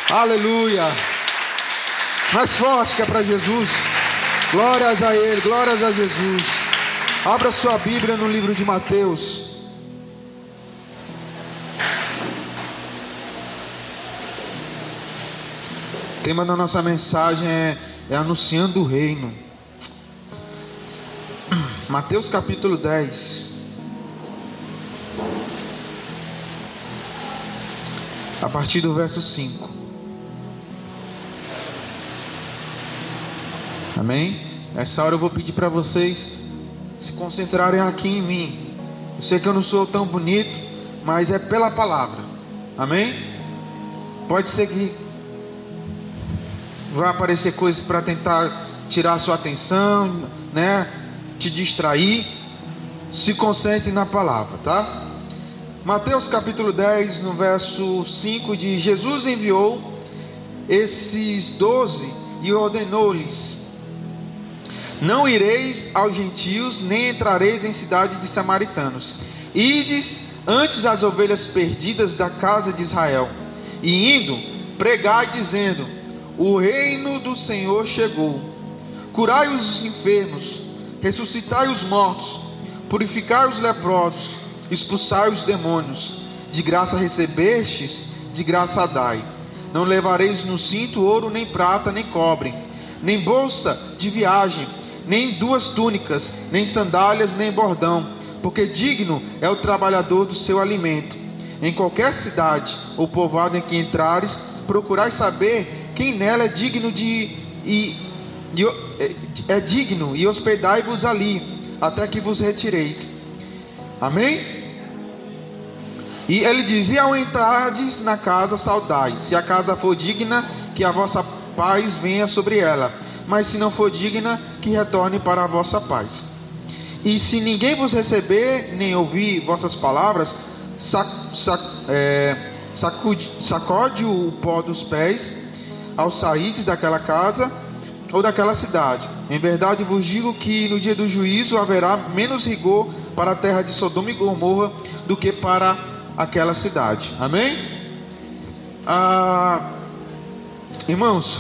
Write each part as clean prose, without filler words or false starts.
Aleluia. Mais forte que é para Jesus. Glórias a Ele, glórias a Jesus. Abra sua Bíblia no livro de Mateus. O tema da nossa mensagem é anunciando o reino. Mateus capítulo 10. A partir do verso 5. Amém? Nessa hora eu vou pedir para vocês se concentrarem aqui em mim. Eu sei que eu não sou tão bonito, mas é pela palavra. Amém? Pode ser que vai aparecer coisas para tentar tirar a sua atenção, né? Te distrair. Se concentre na palavra, tá? Mateus capítulo 10, no verso 5 diz: Jesus enviou esses 12 e ordenou-lhes: não ireis aos gentios, nem entrareis em cidade de samaritanos. Ides antes às ovelhas perdidas da casa de Israel. E indo, pregai dizendo: o reino do Senhor chegou. Curai os enfermos, ressuscitai os mortos, purificai os leprosos, expulsai os demônios. De graça recebestes, de graça dai. Não levareis no cinto ouro, nem prata, nem cobre, nem bolsa de viagem, nem 2 túnicas, nem sandálias, nem bordão, porque digno é o trabalhador do seu alimento. Em qualquer cidade ou povoado em que entrares, procurai saber quem nela é digno e hospedai-vos ali, até que vos retireis. Amém? E ele diz: e ao entrardes na casa, saudai. Se a casa for digna, que a vossa paz venha sobre ela, mas se não for digna, que retorne para a vossa paz. E se ninguém vos receber, nem ouvir vossas palavras, sacode o pó dos pés ao saídes daquela casa ou daquela cidade. Em verdade vos digo que no dia do juízo haverá menos rigor para a terra de Sodoma e Gomorra do que para aquela cidade. Amém? Irmãos,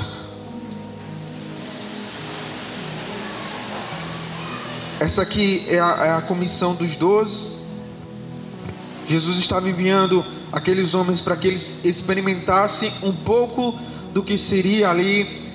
essa aqui é a comissão dos 12. Jesus estava enviando aqueles homens para que eles experimentassem um pouco do que seria ali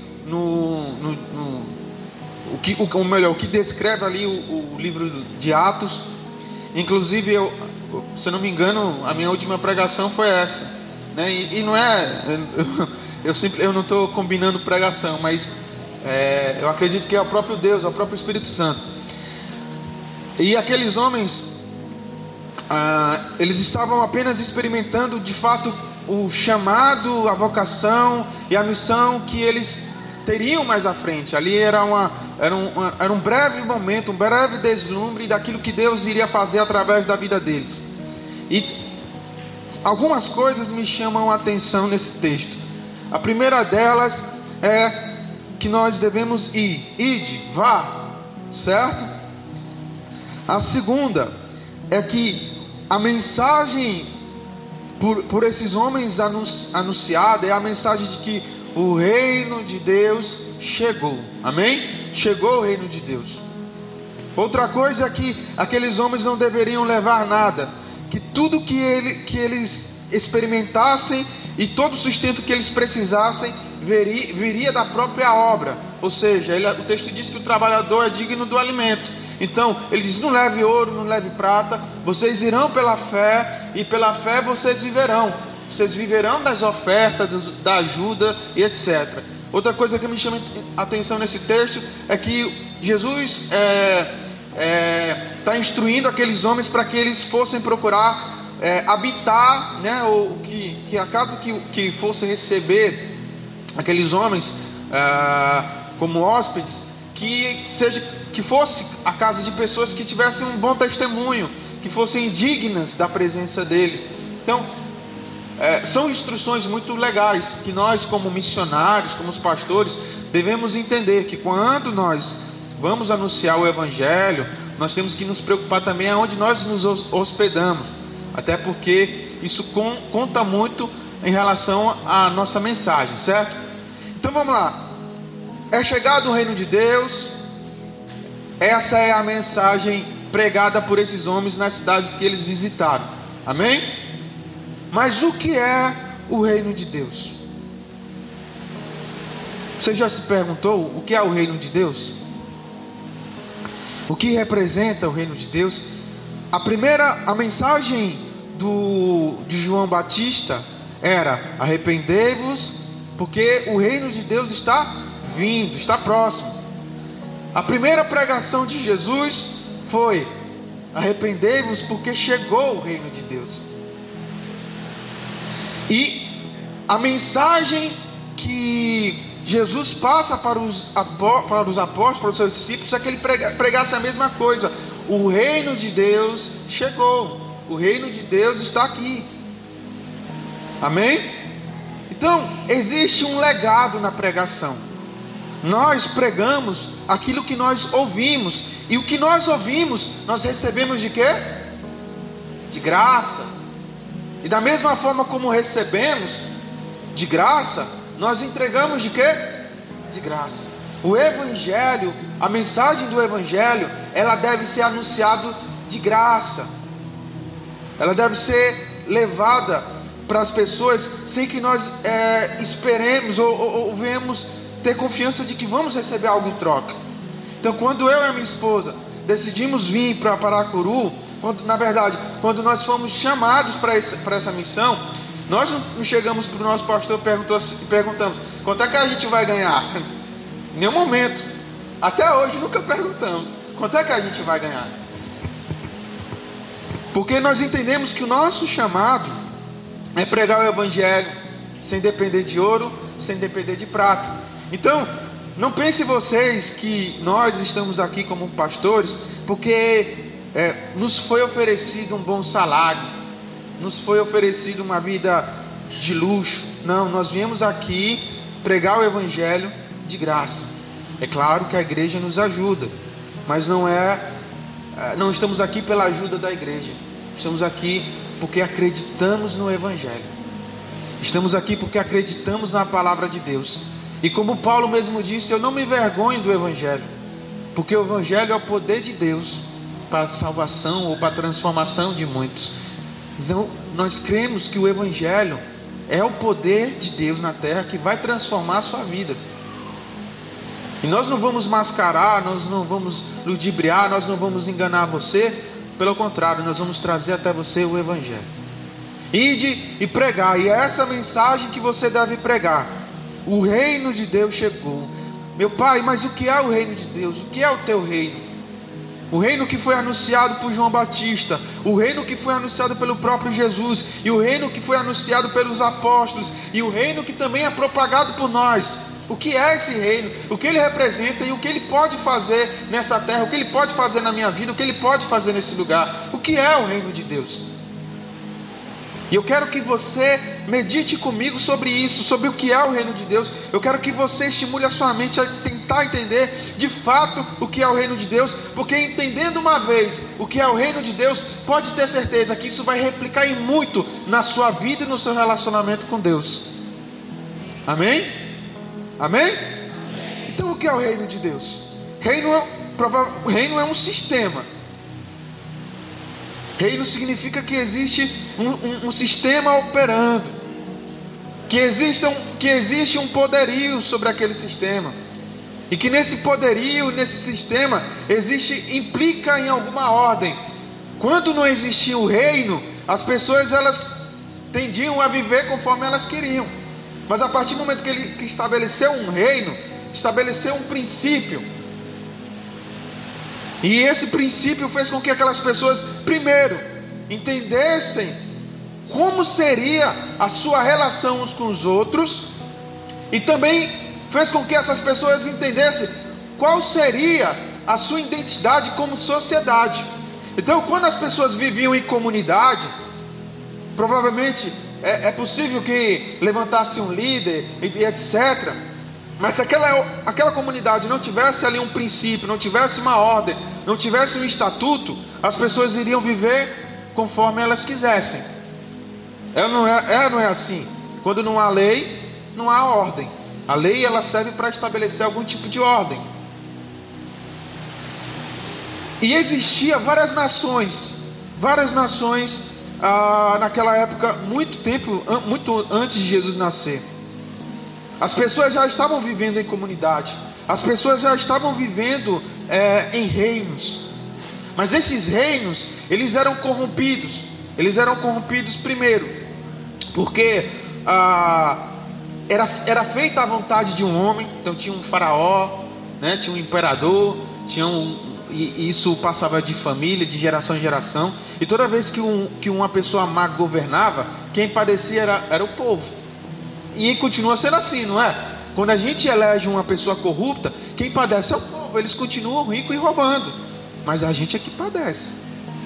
o que descreve ali o livro de Atos. Inclusive, se não me engano, a minha última pregação foi essa, né? E não é, eu não estou combinando pregação, mas eu acredito que é o próprio Deus, é o próprio Espírito Santo. E aqueles homens, eles estavam apenas experimentando de fato o chamado, a vocação e a missão que eles teriam mais à frente. Ali era um breve momento, um breve deslumbre daquilo que Deus iria fazer através da vida deles. E algumas coisas me chamam a atenção nesse texto. A primeira delas é que nós devemos ir, ide, vá, certo? A segunda é que a mensagem por esses homens anunciada é a mensagem de que o reino de Deus chegou. Amém? Chegou o reino de Deus. Outra coisa é que aqueles homens não deveriam levar nada, que tudo que eles experimentassem e todo o sustento que eles precisassem viria da própria obra. Ou seja, o texto diz que o trabalhador é digno do alimento. Então, ele diz: não leve ouro, não leve prata, vocês irão pela fé, e pela fé vocês viverão. Vocês viverão das ofertas, da ajuda e etc. Outra coisa que me chama a atenção nesse texto é que Jesus está instruindo aqueles homens para que eles fossem procurar habitar, né, ou que a casa que fosse receber aqueles homens como hóspedes, que fosse a casa de pessoas que tivessem um bom testemunho, que fossem dignas da presença deles. Então, são instruções muito legais que nós, como missionários, como os pastores, devemos entender que quando nós vamos anunciar o Evangelho, nós temos que nos preocupar também aonde nós nos hospedamos, até porque isso conta muito em relação à nossa mensagem, certo? Então vamos lá. É chegado o reino de Deus. Essa é a mensagem pregada por esses homens nas cidades que eles visitaram. Amém? Mas o que é o reino de Deus? Você já se perguntou o que é o reino de Deus? O que representa o reino de Deus? A mensagem de João Batista era: arrependei-vos, porque o reino de Deus está vindo, está próximo. A primeira pregação de Jesus foi: arrependei-vos, porque chegou o reino de Deus. E a mensagem que Jesus passa para os apóstolos, para os seus discípulos, é que ele pregasse a mesma coisa: o reino de Deus chegou, o reino de Deus está aqui. Amém? Então, existe um legado na pregação. Nós pregamos aquilo que nós ouvimos, e o que nós ouvimos, nós recebemos de quê? De graça. E da mesma forma como recebemos de graça, nós entregamos de quê? De graça. O Evangelho, a mensagem do Evangelho, ela deve ser anunciada de graça. Ela deve ser levada para as pessoas sem que nós esperemos ou venhamos ter confiança de que vamos receber algo em troca. Então, quando eu e a minha esposa decidimos vir para Paracuru, quando nós fomos chamados para essa missão, nós não chegamos para o nosso pastor e perguntamos: quanto é que a gente vai ganhar? Em nenhum momento. Até hoje nunca perguntamos quanto é que a gente vai ganhar. Porque nós entendemos que o nosso chamado é pregar o Evangelho sem depender de ouro, sem depender de prata. Então, não pense vocês que nós estamos aqui como pastores porque nos foi oferecido um bom salário, nos foi oferecido uma vida de luxo. Não, nós viemos aqui pregar o Evangelho de graça. É claro que a igreja nos ajuda, mas não estamos aqui pela ajuda da igreja. Estamos aqui porque acreditamos no Evangelho. Estamos aqui porque acreditamos na palavra de Deus. E como Paulo mesmo disse: eu não me envergonho do Evangelho, porque o Evangelho é o poder de Deus para a salvação ou para a transformação de muitos. Então, nós cremos que o Evangelho é o poder de Deus na terra que vai transformar a sua vida. E nós não vamos mascarar, nós não vamos ludibriar, nós não vamos enganar você. Pelo contrário, nós vamos trazer até você o Evangelho. Ide e pregar, e é essa mensagem que você deve pregar: o reino de Deus chegou. Meu pai, mas o que é o reino de Deus? O que é o teu reino? O reino que foi anunciado por João Batista, o reino que foi anunciado pelo próprio Jesus, e o reino que foi anunciado pelos apóstolos, e o reino que também é propagado por nós. O que é esse reino? O que ele representa e o que ele pode fazer nessa terra? O que ele pode fazer na minha vida? O que ele pode fazer nesse lugar? O que é o reino de Deus? E eu quero que você medite comigo sobre isso, sobre o que é o reino de Deus. Eu quero que você estimule a sua mente a tentar entender de fato o que é o reino de Deus, porque entendendo uma vez o que é o reino de Deus, pode ter certeza que isso vai replicar em muito na sua vida e no seu relacionamento com Deus. Amém? Amém? Então o que é o reino de Deus? Reino é um sistema. Reino significa que existe um sistema operando, que existe um poderio sobre aquele sistema, e que nesse poderio, nesse sistema, implica em alguma ordem. Quando não existia o reino, as pessoas elas tendiam a viver conforme elas queriam. Mas a partir do momento que ele estabeleceu um reino, estabeleceu um princípio. E esse princípio fez com que aquelas pessoas, primeiro, entendessem como seria a sua relação uns com os outros, e também fez com que essas pessoas entendessem qual seria a sua identidade como sociedade. Então, quando as pessoas viviam em comunidade, provavelmente é possível que levantasse um líder e etc. Mas se aquela comunidade não tivesse ali um princípio, não tivesse uma ordem, não tivesse um estatuto, as pessoas iriam viver conforme elas quisessem. Não é assim. Quando não há lei, não há ordem. A lei, ela serve para estabelecer algum tipo de ordem. E existia várias nações naquela época, muito antes de Jesus nascer. As pessoas já estavam vivendo em comunidade, as pessoas já estavam vivendo em reinos. Mas esses reinos, eles eram corrompidos. Eles eram corrompidos primeiro, porque era feita a vontade de um homem. Então tinha um faraó, né? Tinha um imperador, e isso passava de família, de geração em geração. E toda vez que uma pessoa má governava, quem padecia era o povo. E continua sendo assim, não é? Quando a gente elege uma pessoa corrupta, quem padece é o povo. Eles continuam ricos e roubando, mas a gente é que padece.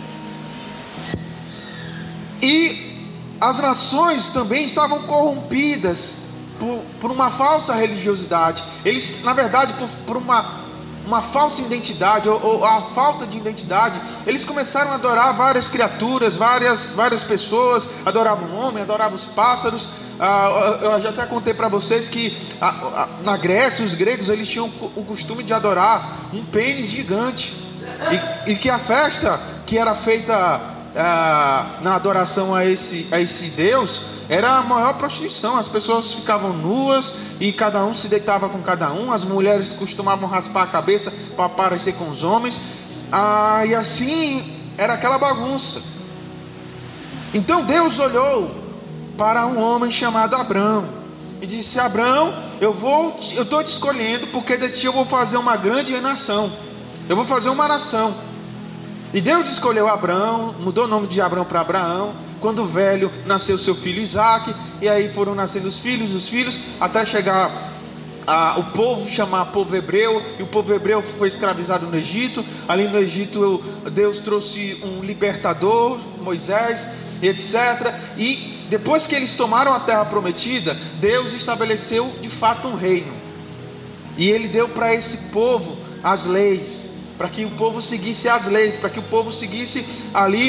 E as nações também estavam corrompidas por uma falsa religiosidade. Eles, na verdade, por uma falsa identidade, ou a falta de identidade, eles começaram a adorar várias criaturas, várias pessoas. Adoravam o homem, adoravam os pássaros. Eu já até contei para vocês que na Grécia, os gregos, eles tinham o costume de adorar um pênis gigante, e que a festa que era feita na adoração a esse Deus era a maior prostituição. As pessoas ficavam nuas e cada um se deitava com cada um. As mulheres costumavam raspar a cabeça para parecer com os homens, e assim era aquela bagunça. Então Deus olhou para um homem chamado Abrão e disse: Abrão, eu estou te escolhendo, porque de ti eu vou fazer uma grande nação. Eu vou fazer uma nação. E Deus escolheu Abrão, mudou o nome de Abrão para Abraão. Quando velho, nasceu seu filho Isaque, e aí foram nascendo os filhos, até chegar o povo, chamar povo hebreu. E o povo hebreu foi escravizado no Egito. Ali no Egito Deus trouxe um libertador, Moisés, etc. E depois que eles tomaram a terra prometida, Deus estabeleceu de fato um reino. E Ele deu para esse povo as leis, para que o povo seguisse as leis, para que o povo seguisse ali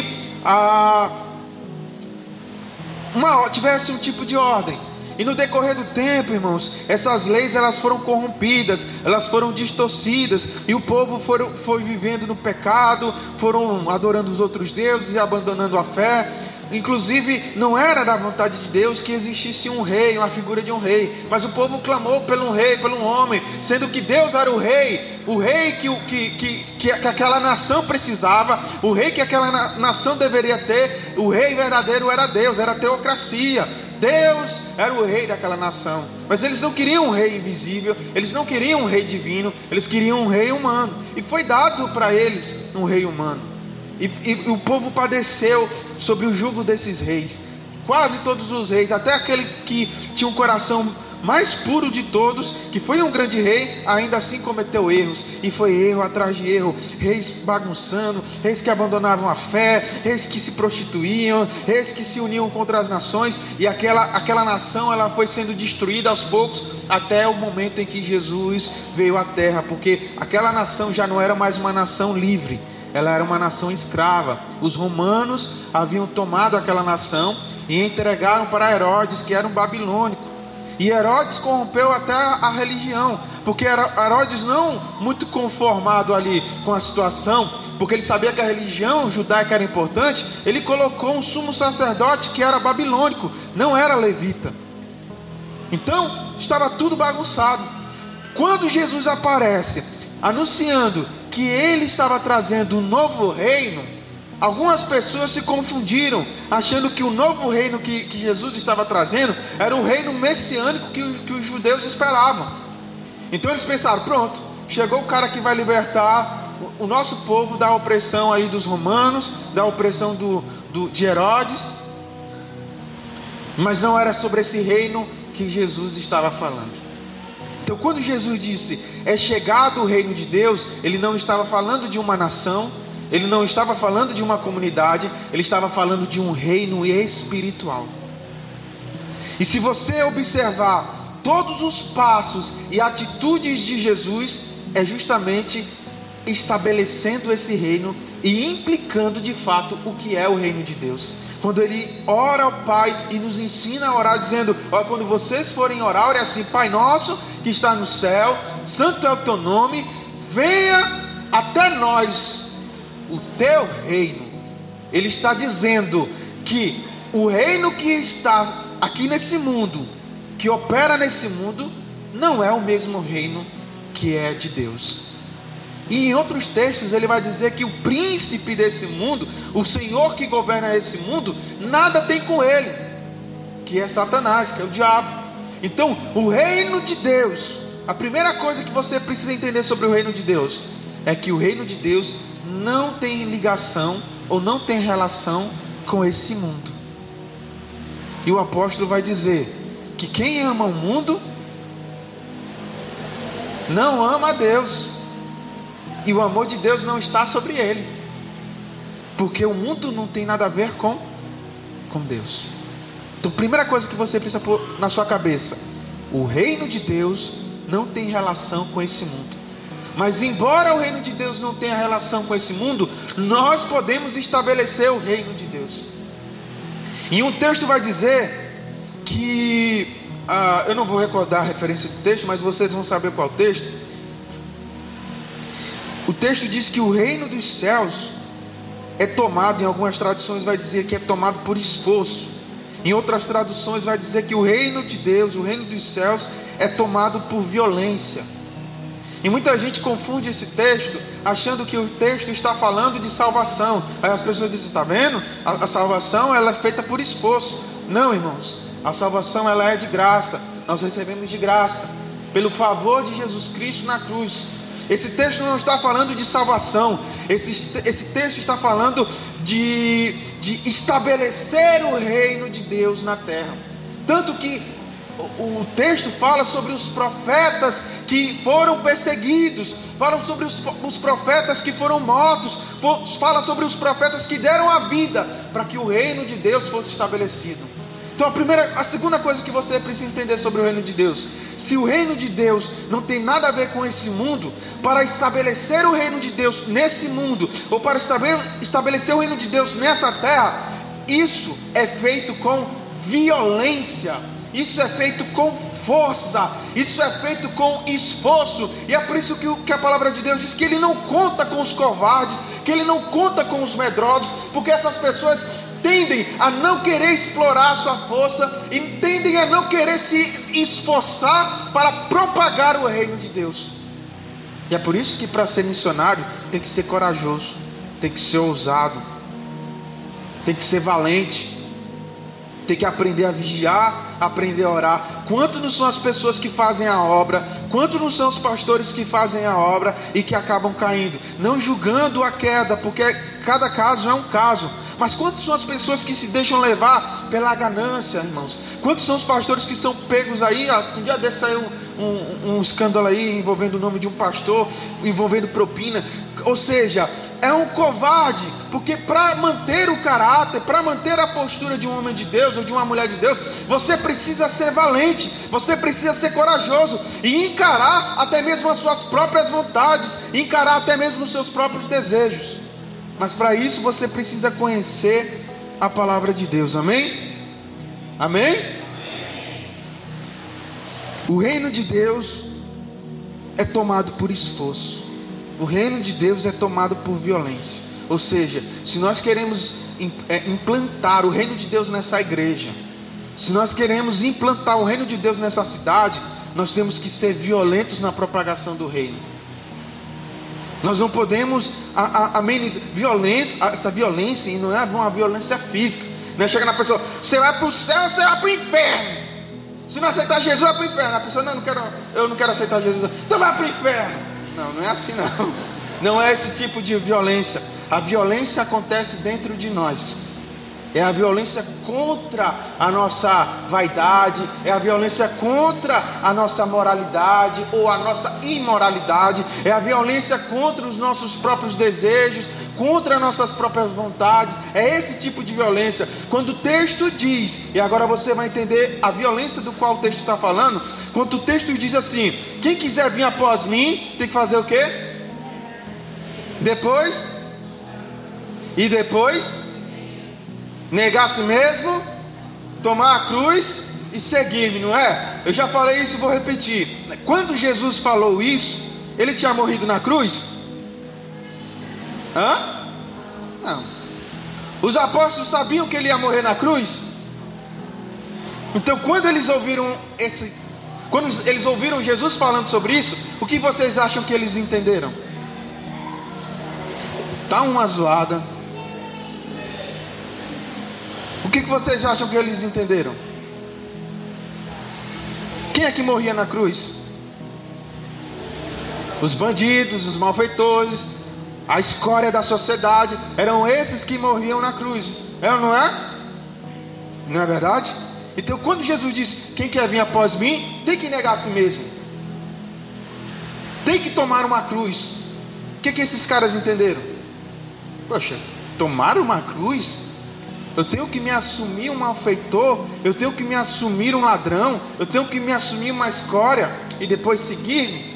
tivesse um tipo de ordem. E no decorrer do tempo, irmãos, essas leis elas foram corrompidas, elas foram distorcidas, e o povo foi vivendo no pecado, foram adorando os outros deuses e abandonando a fé. Inclusive, não era da vontade de Deus que existisse um rei, uma figura de um rei, mas o povo clamou pelo rei, pelo homem, sendo que Deus era o rei que aquela nação precisava, o rei que aquela nação deveria ter. O rei verdadeiro era Deus, era a teocracia. Deus era o rei daquela nação, mas eles não queriam um rei invisível, eles não queriam um rei divino, eles queriam um rei humano, e foi dado para eles um rei humano. E o povo padeceu sobre o jugo desses reis. Quase todos os reis, até aquele que tinha um coração mais puro de todos, que foi um grande rei, ainda assim cometeu erros, e foi erro atrás de erro. Reis bagunçando, reis que abandonavam a fé, reis que se prostituíam, reis que se uniam contra as nações, e aquela nação ela foi sendo destruída aos poucos, até o momento em que Jesus veio à terra, porque aquela nação já não era mais uma nação livre, ela era uma nação escrava. Os romanos haviam tomado aquela nação e entregaram para Herodes, que era um babilônico. E Herodes corrompeu até a religião, porque Herodes, não muito conformado ali com a situação, porque ele sabia que a religião judaica era importante, ele colocou um sumo sacerdote que era babilônico, não era levita. Então estava tudo bagunçado. Quando Jesus aparece anunciando que ele estava trazendo um novo reino, algumas pessoas se confundiram, achando que o novo reino que Jesus estava trazendo era o reino messiânico que os judeus esperavam. Então eles pensaram: pronto, chegou o cara que vai libertar o nosso povo da opressão aí dos romanos, da opressão de Herodes. Mas não era sobre esse reino que Jesus estava falando. Então quando Jesus disse: é chegado o reino de Deus, ele não estava falando de uma nação, ele não estava falando de uma comunidade, ele estava falando de um reino espiritual. E se você observar todos os passos e atitudes de Jesus, é justamente estabelecendo esse reino e implicando de fato o que é o reino de Deus. quando ele ora ao Pai e nos ensina a orar, dizendo: olha, quando vocês forem orar, ore assim: Pai nosso que está no céu, santo é o teu nome, venha até nós o teu reino. Ele está dizendo que o reino que está aqui nesse mundo, que opera nesse mundo, não é o mesmo reino que é de Deus. E em outros textos ele vai dizer que o príncipe desse mundo, o senhor que governa esse mundo, nada tem com ele, que é Satanás, que é o diabo. Então o reino de Deus, a primeira coisa que você precisa entender sobre o reino de Deus é que o reino de Deus não tem ligação ou não tem relação com esse mundo. E o apóstolo vai dizer que quem ama o mundo não ama a Deus, e o amor de Deus não está sobre ele, porque o mundo não tem nada a ver com Deus. Então, primeira coisa que você precisa pôr na sua cabeça: o reino de Deus não tem relação com esse mundo. Mas embora o reino de Deus não tenha relação com esse mundo, nós podemos estabelecer o reino de Deus. E um texto vai dizer que, eu não vou recordar a referência do texto, mas vocês vão saber qual é o texto. O texto diz que o reino dos céus é tomado, em algumas traduções vai dizer que é tomado por esforço. Em outras traduções vai dizer que o reino de Deus, o reino dos céus, é tomado por violência. E muita gente confunde esse texto, achando que o texto está falando de salvação. Aí as pessoas dizem: está vendo? A salvação ela é feita por esforço. Não, irmãos, a salvação ela é de graça. Nós recebemos de graça, pelo favor de Jesus Cristo na cruz. Esse texto não está falando de salvação. Esse texto está falando de estabelecer o reino de Deus na terra. Tanto que o texto fala sobre os profetas que foram perseguidos, fala sobre os profetas que foram mortos, fala sobre os profetas que deram a vida para que o reino de Deus fosse estabelecido. Então a segunda coisa que você precisa entender sobre o reino de Deus: se o reino de Deus não tem nada a ver com esse mundo, para estabelecer o reino de Deus nesse mundo, ou para estabelecer o reino de Deus nessa terra, isso é feito com violência, isso é feito com força, isso é feito com esforço. E é por isso que a palavra de Deus diz que Ele não conta com os covardes, que Ele não conta com os medrosos, porque essas pessoas tendem a não querer explorar a sua força, e tendem a não querer se esforçar para propagar o reino de Deus. E é por isso que para ser missionário tem que ser corajoso, tem que ser ousado, tem que ser valente, tem que aprender a vigiar, aprender a orar. Quanto não são as pessoas que fazem a obra, quanto não são os pastores que fazem a obra e que acabam caindo, não julgando a queda, porque cada caso é um caso. Mas quantos são as pessoas que se deixam levar pela ganância, irmãos? Quantos são os pastores que são pegos aí? Um dia desse saiu um escândalo aí envolvendo o nome de um pastor, envolvendo propina. Ou seja, é um covarde, porque para manter o caráter, para manter a postura de um homem de Deus ou de uma mulher de Deus, você precisa ser valente, você precisa ser corajoso e encarar até mesmo as suas próprias vontades, encarar até mesmo os seus próprios desejos. Mas para isso você precisa conhecer a palavra de Deus, amém? Amém? O reino de Deus é tomado por esforço, o reino de Deus é tomado por violência. Ou seja, se nós queremos implantar o reino de Deus nessa igreja, se nós queremos implantar o reino de Deus nessa cidade, nós temos que ser violentos na propagação do reino. Nós não podemos amenizar essa violência, e não é uma violência física, não é chegar na pessoa: você vai para o céu ou você vai para o inferno? Se não aceitar Jesus, vai para o inferno. A pessoa: não, eu não quero aceitar Jesus, então vai para o inferno. Não é assim não. Não é esse tipo de violência. A violência acontece dentro de nós. É a violência contra a nossa vaidade, é a violência contra a nossa moralidade ou a nossa imoralidade, é a violência contra os nossos próprios desejos, contra nossas próprias vontades. É esse tipo de violência. Quando o texto diz, e agora você vai entender a violência do qual o texto está falando, quando o texto diz assim: quem quiser vir após mim, tem que fazer o quê? Negar a si mesmo, tomar a cruz e seguir-me, não é? Eu já falei isso e vou repetir. Quando Jesus falou isso, ele tinha morrido na cruz? Não. Os apóstolos sabiam que ele ia morrer na cruz? Então quando eles ouviram Jesus falando sobre isso, o que vocês acham que eles entenderam? Tá uma zoada. O que vocês acham que eles entenderam? Quem é que morria na cruz? Os bandidos, os malfeitores, a escória da sociedade. Eram esses que morriam na cruz. É ou não é? Não é verdade? Então quando Jesus diz: quem quer vir após mim, tem que negar a si mesmo, tem que tomar uma cruz. O que esses caras entenderam? Poxa, tomar uma cruz? Eu tenho que me assumir um malfeitor, eu tenho que me assumir um ladrão, eu tenho que me assumir uma escória e depois seguir-me?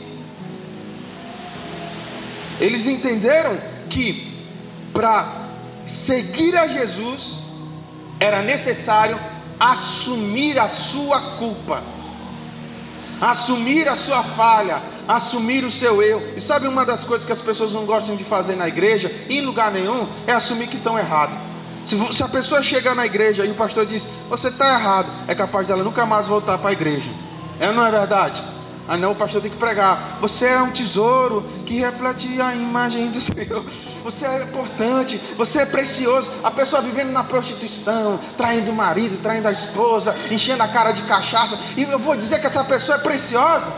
Eles entenderam que para seguir a Jesus era necessário assumir a sua culpa, assumir a sua falha, assumir o seu erro. E sabe uma das coisas que as pessoas não gostam de fazer na igreja, em lugar nenhum, é assumir que estão errados. Se a pessoa chegar na igreja e o pastor diz: você está errado, é capaz dela nunca mais voltar para a igreja. É ou não é verdade? Ah não, o pastor tem que pregar: você é um tesouro que reflete a imagem do Senhor. Você é importante, você é precioso. A pessoa vivendo na prostituição, traindo o marido, traindo a esposa, enchendo a cara de cachaça, e eu vou dizer que essa pessoa é preciosa?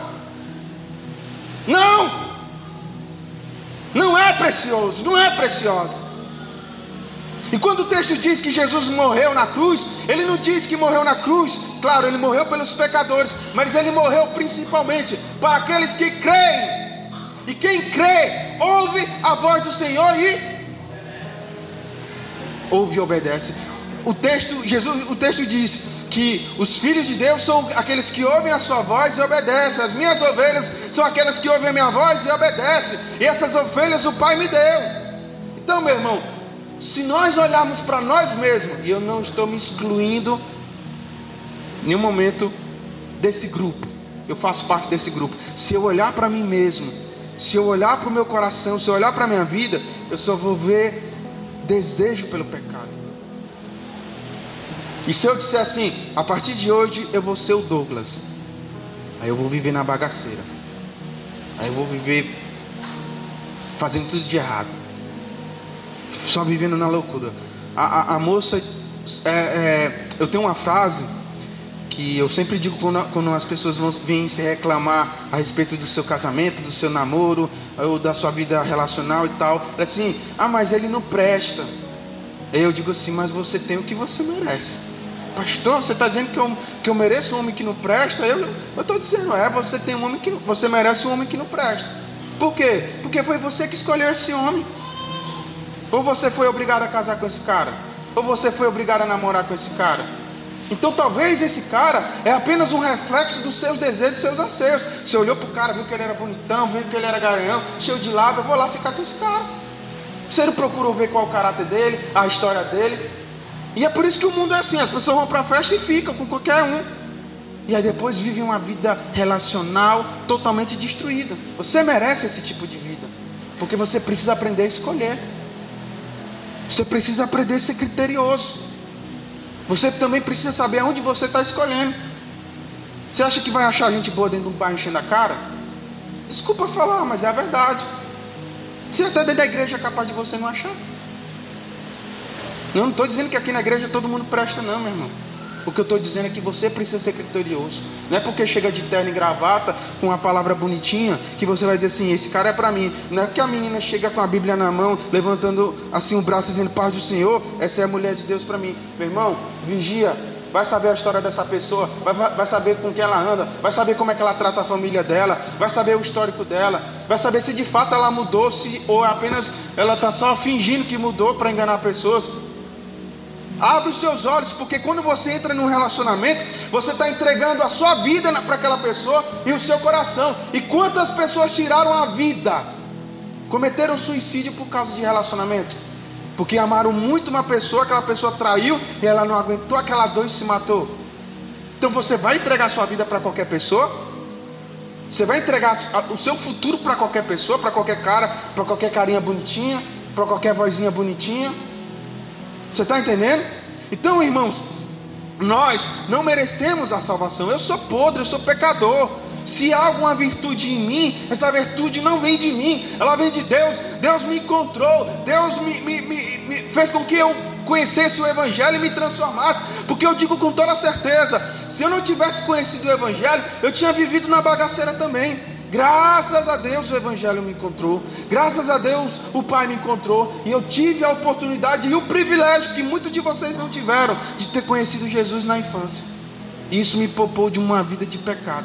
Não! Não é precioso, não é preciosa. E quando o texto diz que Jesus morreu na cruz, ele não diz que morreu na cruz. Claro, ele morreu pelos pecadores, mas ele morreu principalmente para aqueles que creem. E quem crê, ouve a voz do Senhor e ouve e obedece. O texto diz que os filhos de Deus são aqueles que ouvem a sua voz e obedecem. As minhas ovelhas são aquelas que ouvem a minha voz e obedecem. E essas ovelhas o Pai me deu. Então, meu irmão, se nós olharmos para nós mesmos, e eu não estou me excluindo em nenhum momento desse grupo, eu faço parte desse grupo. Se eu olhar para mim mesmo, se eu olhar para o meu coração, se eu olhar para a minha vida, eu só vou ver desejo pelo pecado. E se eu disser assim: a partir de hoje eu vou ser o Douglas, aí eu vou viver na bagaceira, aí eu vou viver fazendo tudo de errado, só vivendo na loucura. A moça, eu tenho uma frase que eu sempre digo quando as pessoas vêm se reclamar a respeito do seu casamento, do seu namoro, ou da sua vida relacional e tal. Ela diz assim: ah, mas ele não presta. Aí eu digo assim: mas você tem o que você merece. Pastor, você está dizendo que eu mereço um homem que não presta? Eu estou dizendo: você tem um homem que você merece um homem que não presta. Por quê? Porque foi você que escolheu esse homem. Ou você foi obrigado a casar com esse cara, ou você foi obrigado a namorar com esse cara. Então talvez esse cara é apenas um reflexo dos seus desejos, dos seus anseios. Você olhou para o cara, viu que ele era bonitão, viu que ele era garanhão, cheio de lábio, eu vou lá ficar com esse cara. Você não procurou ver qual é o caráter dele, a história dele. E é por isso que o mundo é assim: as pessoas vão para a festa e ficam com qualquer um, e aí depois vivem uma vida relacional totalmente destruída. Você merece esse tipo de vida, porque você precisa aprender a escolher. Você precisa aprender a ser criterioso. Você também precisa saber aonde você está escolhendo. Você acha que vai achar gente boa dentro de um bar enchendo a cara? Desculpa falar, mas é a verdade. Se até dentro da igreja é capaz de você não achar. Eu não estou dizendo que aqui na igreja todo mundo presta não, meu irmão. O que eu estou dizendo é que você precisa ser criterioso. Não é porque chega de terno e gravata com uma palavra bonitinha que você vai dizer assim: esse cara é para mim. Não é que a menina chega com a Bíblia na mão, levantando assim o braço dizendo: paz do Senhor, essa é a mulher de Deus para mim. Meu irmão, vigia. Vai saber a história dessa pessoa, vai saber com quem ela anda, vai saber como é que ela trata a família dela, vai saber o histórico dela, vai saber se de fato ela mudou, ou apenas ela está só fingindo que mudou para enganar pessoas. Abre os seus olhos, porque quando você entra num relacionamento, você está entregando a sua vida para aquela pessoa e o seu coração. E quantas pessoas tiraram a vida, cometeram suicídio por causa de relacionamento? porque amaram muito uma pessoa, aquela pessoa traiu e ela não aguentou aquela dor e se matou. Então você vai entregar sua vida para qualquer pessoa? Você vai entregar o seu futuro para qualquer pessoa, para qualquer cara, para qualquer carinha bonitinha, para qualquer vozinha bonitinha? Você está entendendo? Então, irmãos, nós não merecemos a salvação. Eu sou podre, eu sou pecador. Se há alguma virtude em mim, essa virtude não vem de mim, ela vem de Deus. Deus me encontrou, Deus me fez com que eu conhecesse o Evangelho e me transformasse. Porque eu digo com toda certeza, se eu não tivesse conhecido o Evangelho, eu tinha vivido na bagaceira também. Graças a Deus o Evangelho me encontrou, graças a Deus o Pai me encontrou, e eu tive a oportunidade e o privilégio que muitos de vocês não tiveram, de ter conhecido Jesus na infância. E isso me poupou de uma vida de pecado.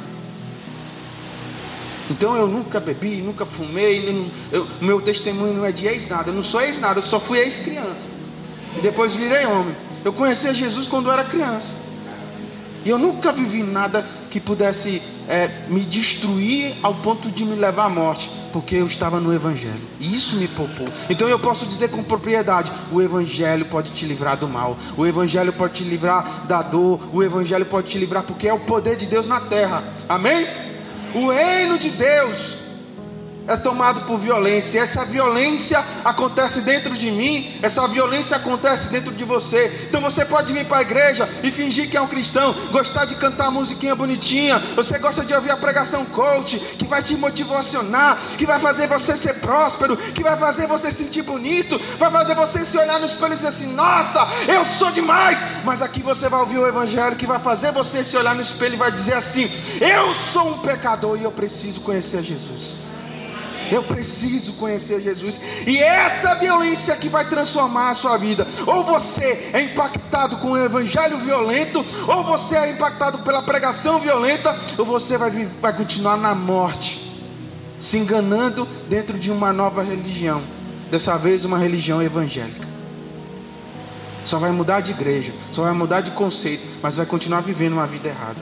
Então eu nunca bebi, nunca fumei, meu testemunho não é de ex-nada, eu não sou ex-nada, eu só fui ex-criança, e depois virei homem. Eu conheci Jesus quando eu era criança, e eu nunca vivi nada que pudesse me destruir ao ponto de me levar à morte, porque eu estava no Evangelho, e isso me poupou. Então eu posso dizer com propriedade, o Evangelho pode te livrar do mal, o Evangelho pode te livrar da dor, o Evangelho pode te livrar, porque é o poder de Deus na terra, amém? O reino de Deus é tomado por violência. Essa violência acontece dentro de mim, essa violência acontece dentro de você. Então você pode vir para a igreja e fingir que é um cristão, gostar de cantar musiquinha bonitinha, você gosta de ouvir a pregação coach, que vai te motivacionar, que vai fazer você ser próspero, que vai fazer você sentir bonito, vai fazer você se olhar no espelho e dizer assim, nossa, eu sou demais. Mas aqui você vai ouvir o Evangelho que vai fazer você se olhar no espelho e vai dizer assim, eu sou um pecador e eu preciso conhecer Jesus. Eu preciso conhecer Jesus. E essa violência que vai transformar a sua vida. Ou você é impactado com o evangelho violento, ou você é impactado pela pregação violenta, ou você vai continuar na morte, se enganando dentro de uma nova religião. Dessa vez uma religião evangélica. Só vai mudar de igreja, só vai mudar de conceito, mas vai continuar vivendo uma vida errada.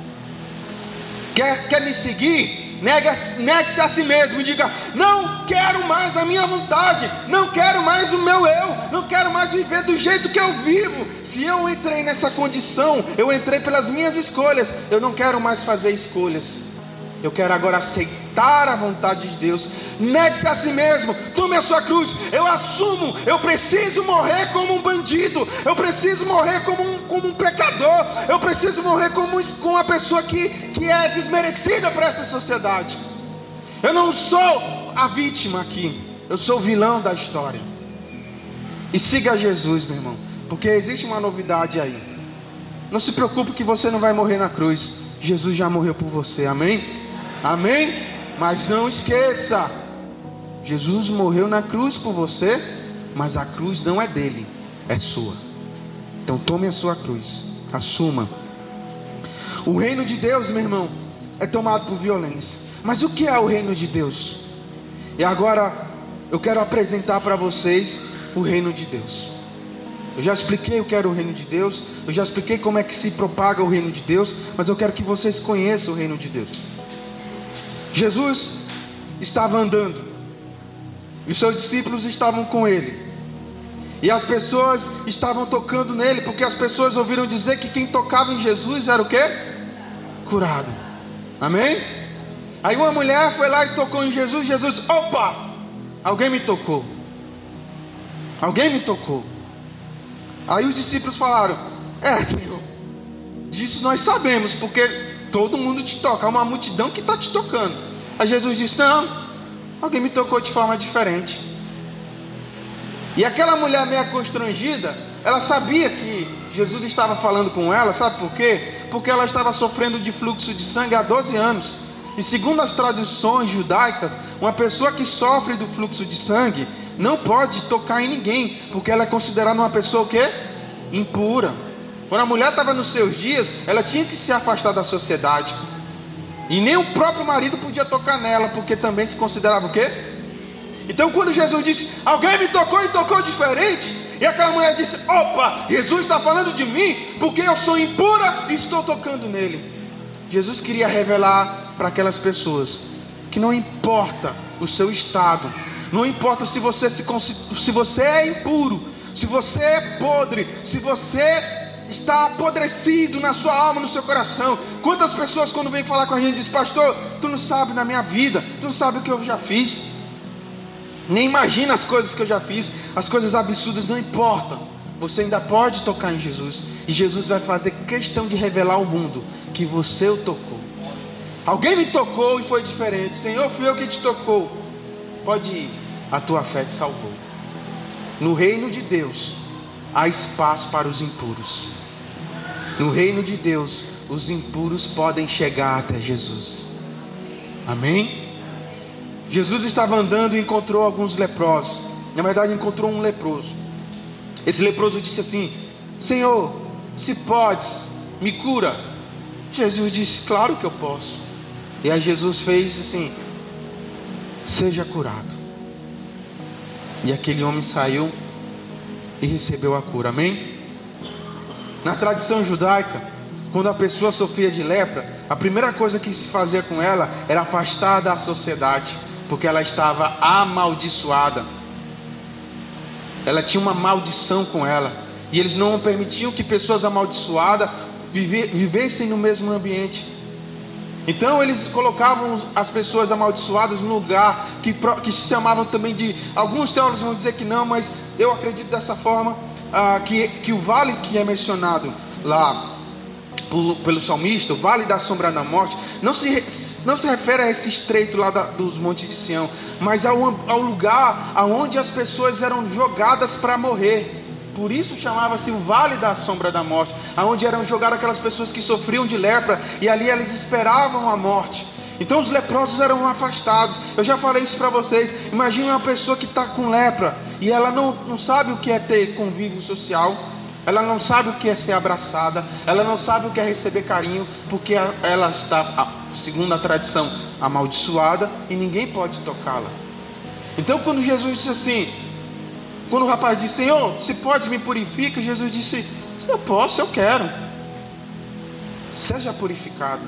Quer me seguir? Negue-se a si mesmo e diga, não quero mais a minha vontade, não quero mais o meu eu, não quero mais viver do jeito que eu vivo. Se eu entrei nessa condição, eu entrei pelas minhas escolhas, eu não quero mais fazer escolhas, eu quero agora aceitar a vontade de Deus. Negue-se a si mesmo, tome a sua cruz. Eu assumo, eu preciso morrer como um bandido, eu preciso morrer como um pecador, eu preciso morrer como uma pessoa que é desmerecida por essa sociedade. Eu não sou a vítima aqui, eu sou o vilão da história. E siga Jesus, meu irmão, porque existe uma novidade aí. Não se preocupe que você não vai morrer na cruz, Jesus já morreu por você, amém? Amém? Mas não esqueça, Jesus morreu na cruz por você, mas a cruz não é dele, é sua. Então tome a sua cruz, assuma. O reino de Deus, meu irmão, é tomado por violência. Mas o que é o reino de Deus? E agora eu quero apresentar para vocês o reino de Deus. Eu já expliquei o que era o reino de Deus, eu já expliquei como é que se propaga o reino de Deus, mas eu quero que vocês conheçam o reino de Deus. Jesus estava andando, e os seus discípulos estavam com ele, e as pessoas estavam tocando nele, porque as pessoas ouviram dizer que quem tocava em Jesus era o quê? Curado, amém? Aí uma mulher foi lá e tocou em Jesus. Jesus, opa, alguém me tocou, alguém me tocou. Aí os discípulos falaram, Senhor, disso nós sabemos, porque todo mundo te toca, há uma multidão que está te tocando. Aí Jesus disse, não, alguém me tocou de forma diferente. E aquela mulher meio constrangida, ela sabia que Jesus estava falando com ela, sabe por quê? Porque ela estava sofrendo de fluxo de sangue há 12 anos. E segundo as tradições judaicas, uma pessoa que sofre do fluxo de sangue não pode tocar em ninguém, porque ela é considerada uma pessoa o quê? Impura. Quando a mulher estava nos seus dias, ela tinha que se afastar da sociedade, e nem o próprio marido podia tocar nela, porque também se considerava o quê? Então quando Jesus disse, alguém me tocou e tocou diferente, e aquela mulher disse, opa, Jesus está falando de mim, porque eu sou impura e estou tocando nele. Jesus queria revelar para aquelas pessoas que não importa o seu estado, não importa se você é impuro, se você é podre, se você está apodrecido na sua alma, no seu coração. Quantas pessoas quando vêm falar com a gente dizem: pastor, tu não sabe da minha vida, tu não sabe o que eu já fiz, nem imagina as coisas que eu já fiz, as coisas absurdas. Não importa, você ainda pode tocar em Jesus, e Jesus vai fazer questão de revelar ao mundo que você o tocou. Alguém me tocou e foi diferente. Senhor, fui eu que te tocou. Pode ir, a tua fé te salvou. No reino de Deus há espaço para os impuros. No reino de Deus, os impuros podem chegar até Jesus. Amém? Jesus estava andando e encontrou alguns leprosos. Na verdade, encontrou um leproso. Esse leproso disse assim: Senhor, se podes, me cura. Jesus disse: claro que eu posso. E aí Jesus fez assim: seja curado. E aquele homem saiu e recebeu a cura. Amém? Na tradição judaica, quando a pessoa sofria de lepra, a primeira coisa que se fazia com ela era afastar da sociedade, porque ela estava amaldiçoada. Ela tinha uma maldição com ela, e eles não permitiam que pessoas amaldiçoadas vivessem no mesmo ambiente. Então eles colocavam as pessoas amaldiçoadas num lugar que se chamavam também de, alguns teólogos vão dizer que não, mas eu acredito dessa forma, que o vale que é mencionado lá pelo salmista, o vale da sombra da morte, não se refere a esse estreito lá dos montes de Sião, mas ao lugar aonde as pessoas eram jogadas para morrer. Por isso chamava-se o vale da sombra da morte, aonde eram jogadas aquelas pessoas que sofriam de lepra, e ali elas esperavam a morte. Então os leprosos eram afastados. Eu já falei isso para vocês. Imagine uma pessoa que está com lepra, e ela não sabe o que é ter convívio social, ela não sabe o que é ser abraçada, ela não sabe o que é receber carinho, porque ela está, segundo a tradição, amaldiçoada, e ninguém pode tocá-la. Então quando Jesus disse assim, quando o rapaz disse: Senhor, se pode, me purifica, Jesus disse: eu posso, eu quero, seja purificado.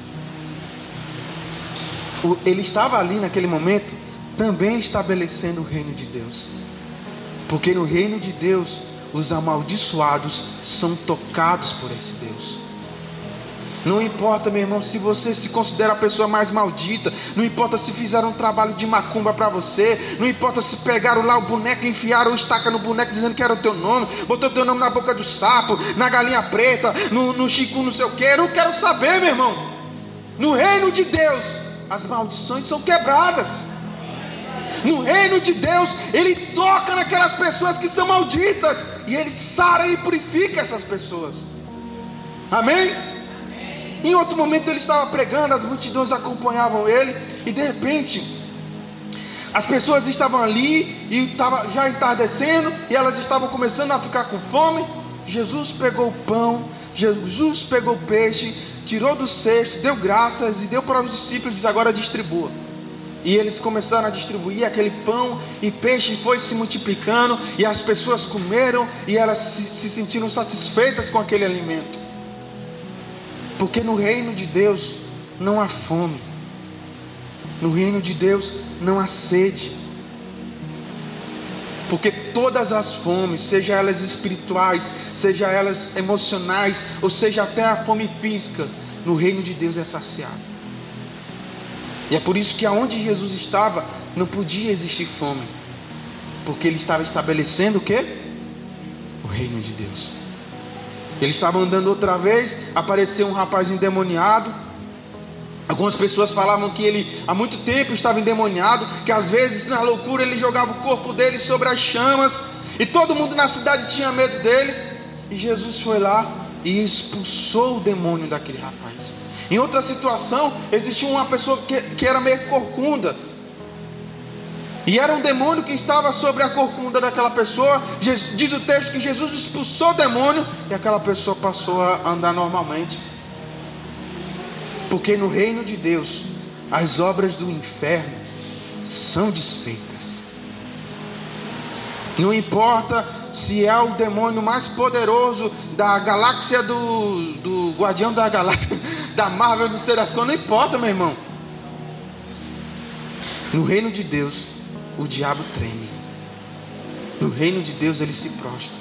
Ele estava ali naquele momento também estabelecendo o reino de Deus, porque no reino de Deus os amaldiçoados são tocados por esse Deus. Não importa, meu irmão, se você se considera a pessoa mais maldita, não importa se fizeram um trabalho de macumba para você, não importa se pegaram lá o boneco, enfiaram estaca no boneco dizendo que era o teu nome, botou o teu nome na boca do sapo, na galinha preta, no chicu não sei o que. Eu não quero saber, meu irmão. No reino de Deus as maldições são quebradas. No reino de Deus Ele toca naquelas pessoas que são malditas, e Ele sara e purifica essas pessoas. Amém? Em outro momento ele estava pregando, as multidões acompanhavam ele, e de repente as pessoas estavam ali e estava já entardecendo, e elas estavam começando a ficar com fome. Jesus pegou o pão, Jesus pegou o peixe, tirou do cesto, deu graças e deu para os discípulos e disse: agora distribua. E eles começaram a distribuir aquele pão e peixe, foi se multiplicando, e as pessoas comeram, e elas se sentiram satisfeitas com aquele alimento. Porque no reino de Deus não há fome, no reino de Deus não há sede, porque todas as fomes, seja elas espirituais, seja elas emocionais, ou seja até a fome física, no reino de Deus é saciada. E é por isso que aonde Jesus estava não podia existir fome, porque Ele estava estabelecendo o quê? O reino de Deus. Ele estava andando outra vez, apareceu um rapaz endemoniado. Algumas pessoas falavam que ele há muito tempo estava endemoniado, que às vezes na loucura ele jogava o corpo dele sobre as chamas, e todo mundo na cidade tinha medo dele. E Jesus foi lá e expulsou o demônio daquele rapaz. Em outra situação, existia uma pessoa que era meio corcunda, e era um demônio que estava sobre a corcunda daquela pessoa. Diz o texto que Jesus expulsou o demônio, e aquela pessoa passou a andar normalmente. Porque no reino de Deus as obras do inferno são desfeitas. Não importa se é o demônio mais poderoso da galáxia do Guardião da Galáxia, da Marvel, não sei das coisas, não importa, meu irmão. No reino de Deus, o diabo treme. No reino de Deus, ele se prostra.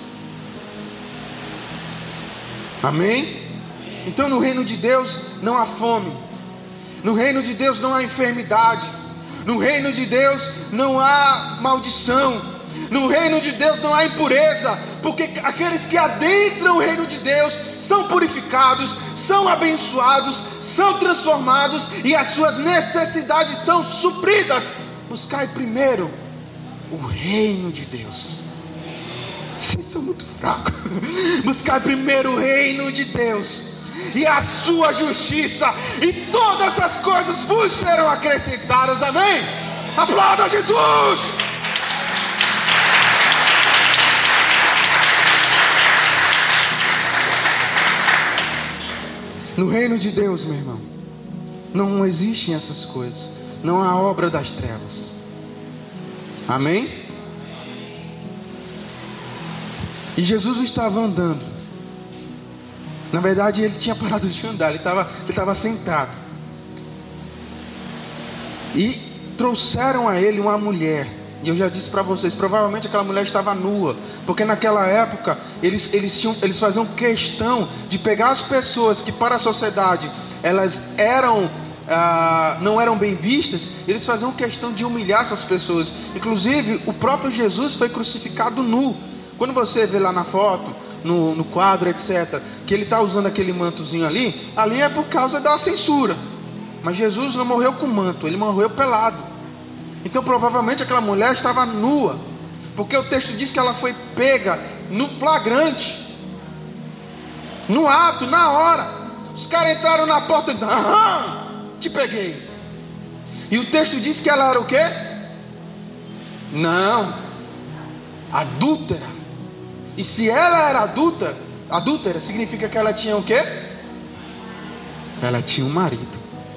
Amém? Então no reino de Deus não há fome. No reino de Deus não há enfermidade. No reino de Deus não há maldição. No reino de Deus não há impureza. Porque aqueles que adentram o reino de Deus são purificados, são abençoados, são transformados e as suas necessidades são supridas. Buscai primeiro o reino de Deus. Vocês são muito fracos. Buscai primeiro o reino de Deus e a sua justiça, e todas as coisas vos serão acrescentadas. Amém? Aplauda Jesus! No reino de Deus, meu irmão, não existem essas coisas. Não há obra das trevas. Amém? E Jesus estava andando. Na verdade, ele tinha parado de andar. Ele estava sentado. E trouxeram a ele uma mulher. E eu já disse para vocês, provavelmente aquela mulher estava nua, porque naquela época eles faziam questão de pegar as pessoas que para a sociedade elas não eram bem vistas. Eles faziam questão de humilhar essas pessoas. Inclusive o próprio Jesus foi crucificado nu. Quando você vê lá na foto, no quadro, etc., que ele está usando aquele mantozinho ali é por causa da censura. Mas Jesus não morreu com manto, ele morreu pelado. Então provavelmente aquela mulher estava nua, porque o texto diz que ela foi pega no flagrante, no ato, na hora. Os caras entraram na porta e te peguei. E o texto diz que ela era o quê? Não, adúltera. E se ela era adúltera significa que ela tinha o quê? Ela tinha um marido.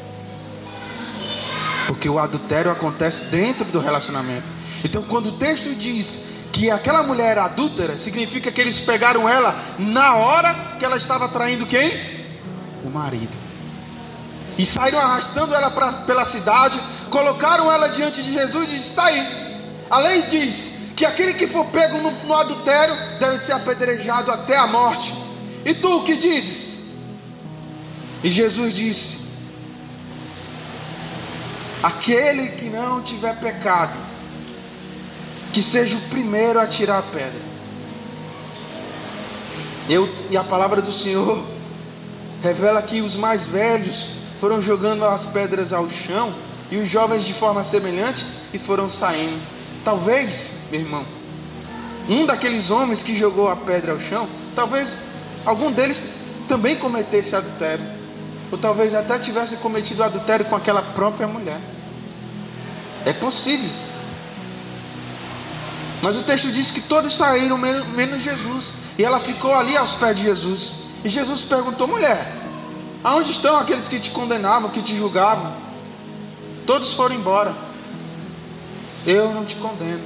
Porque o adultério acontece dentro do relacionamento. Então quando o texto diz que aquela mulher era adúltera, significa que eles pegaram ela na hora que ela estava traindo quem? O marido. E saíram arrastando ela pela cidade, colocaram ela diante de Jesus e disse: está aí. A lei diz que aquele que for pego no adultério deve ser apedrejado até a morte. E tu o que dizes? E Jesus disse: aquele que não tiver pecado, que seja o primeiro a tirar a pedra. E a palavra do Senhor revela que os mais velhos foram jogando as pedras ao chão, e os jovens de forma semelhante, e foram saindo. Talvez, meu irmão, um daqueles homens que jogou a pedra ao chão, talvez algum deles também cometesse adultério, ou talvez até tivesse cometido adultério com aquela própria mulher. É possível. Mas o texto diz que todos saíram, menos Jesus. E ela ficou ali aos pés de Jesus. E Jesus perguntou: mulher, aonde estão aqueles que te condenavam, que te julgavam? Todos foram embora. Eu não te condeno,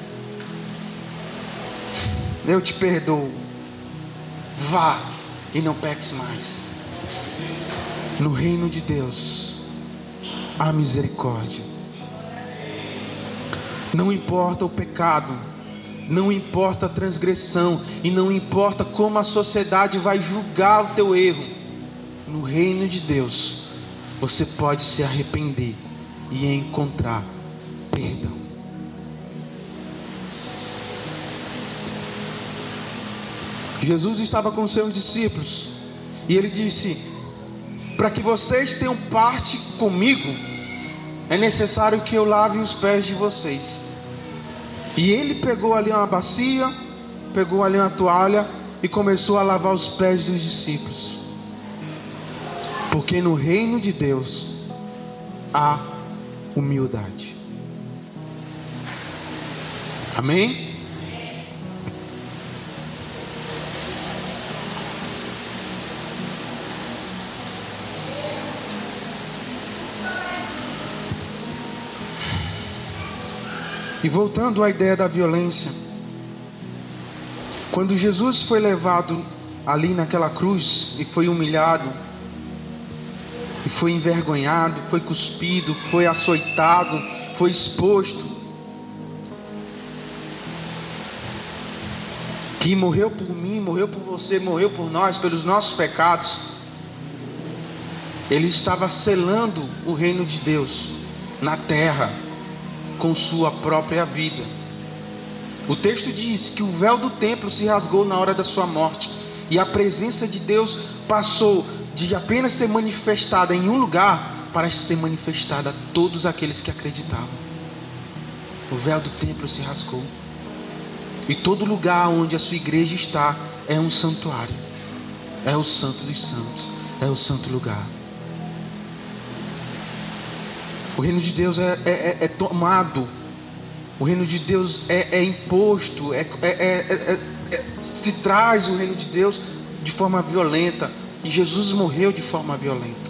eu te perdoo. Vá e não peques mais. No reino de Deus há misericórdia. Não importa o pecado, não importa a transgressão, e não importa como a sociedade vai julgar o teu erro. No reino de Deus você pode se arrepender e encontrar perdão. Jesus estava com seus discípulos e ele disse: para que vocês tenham parte comigo, é necessário que eu lave os pés de vocês. E ele pegou ali uma bacia, pegou ali uma toalha e começou a lavar os pés dos discípulos. Porque no reino de Deus há humildade. Amém? E voltando à ideia da violência, quando Jesus foi levado ali naquela cruz e foi humilhado, e foi envergonhado, foi cuspido, foi açoitado, foi exposto, que morreu por mim, morreu por você, morreu por nós, pelos nossos pecados, ele estava selando o reino de Deus na terra com sua própria vida. O texto diz que o véu do templo se rasgou na hora da sua morte, e a presença de Deus passou de apenas ser manifestada em um lugar para ser manifestada a todos aqueles que acreditavam. O véu do templo se rasgou, e todo lugar onde a sua igreja está é um santuário, é o santo dos santos, é o santo lugar. O reino de Deus é tomado, o reino de Deus é imposto, se traz o reino de Deus de forma violenta, e Jesus morreu de forma violenta.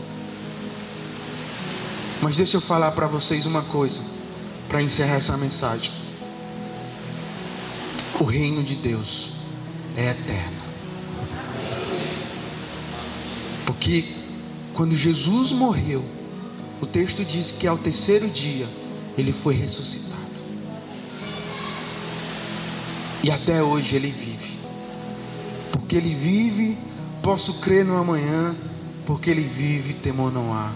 Mas deixa eu falar para vocês uma coisa, para encerrar essa mensagem. O reino de Deus é eterno, porque quando Jesus morreu, o texto diz que ao terceiro dia ele foi ressuscitado, e até hoje ele vive. Porque ele vive, posso crer no amanhã, porque ele vive, temor não há.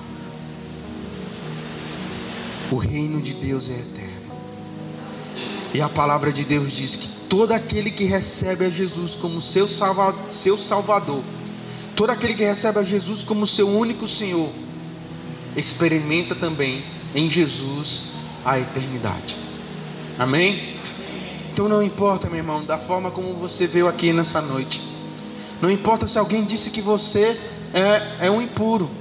O reino de Deus é eterno, e a palavra de Deus diz que todo aquele que recebe a Jesus como seu Salvador, todo aquele que recebe a Jesus como seu único Senhor, experimenta também em Jesus a eternidade. Amém? Então não importa, meu irmão, da forma como você veio aqui nessa noite. Não importa se alguém disse que você é um impuro.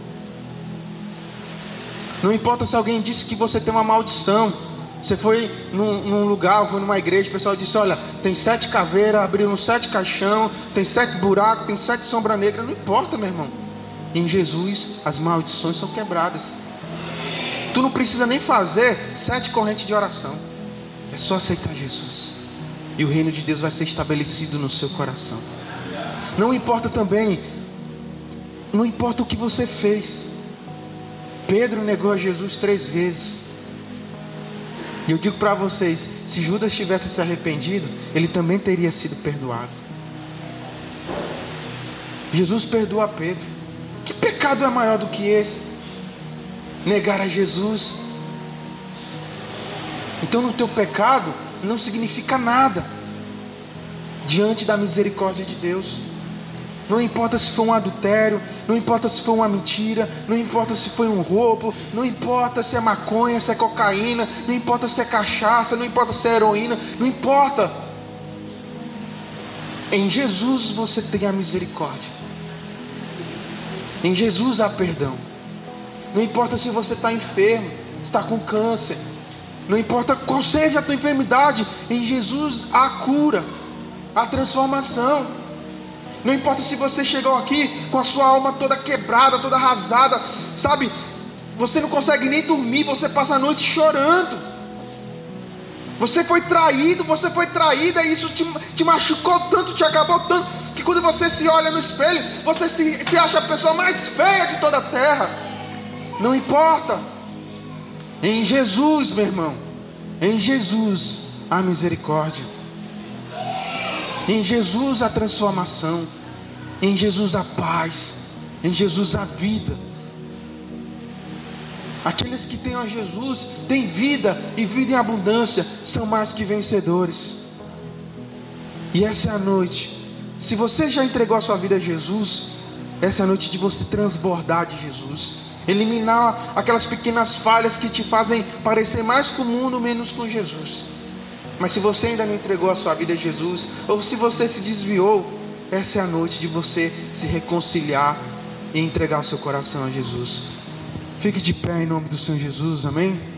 Não importa se alguém disse que você tem uma maldição. Você foi num lugar, foi numa igreja, o pessoal disse: olha, tem 7 caveiras, abriram 7 caixão, tem 7 buracos, tem 7 sombra negra. Não importa, meu irmão. Em Jesus as maldições são quebradas. Tu não precisa nem fazer 7 correntes de oração. É só aceitar Jesus, e o reino de Deus vai ser estabelecido no seu coração. Não importa também, não importa o que você fez. Pedro negou a Jesus 3 vezes. E eu digo para vocês, se Judas tivesse se arrependido, ele também teria sido perdoado. Jesus perdoa Pedro. Que pecado é maior do que esse? Negar a Jesus. Então no teu pecado não significa nada diante da misericórdia de Deus. Não importa se foi um adultério, não importa se foi uma mentira, não importa se foi um roubo, não importa se é maconha, se é cocaína, não importa se é cachaça, não importa se é heroína, não importa. Em Jesus você tem a misericórdia. Em Jesus há perdão. Não importa se você está enfermo, está com câncer, não importa qual seja a tua enfermidade, em Jesus há cura, há transformação. Não importa se você chegou aqui com a sua alma toda quebrada, toda arrasada, sabe? Você não consegue nem dormir, você passa a noite chorando. Você foi traído, você foi traída, e isso te machucou tanto, te acabou tanto, que quando você se olha no espelho, você se acha a pessoa mais feia de toda a terra. Não importa. Em Jesus, meu irmão, em Jesus há misericórdia. Em Jesus a transformação, em Jesus a paz, em Jesus a vida. Aqueles que têm a Jesus têm vida, e vida em abundância, são mais que vencedores. E essa é a noite. Se você já entregou a sua vida a Jesus, essa é a noite de você transbordar de Jesus, eliminar aquelas pequenas falhas que te fazem parecer mais com o mundo, menos com Jesus. Mas se você ainda não entregou a sua vida a Jesus, ou se você se desviou, essa é a noite de você se reconciliar e entregar o seu coração a Jesus. Fique de pé em nome do Senhor Jesus, amém?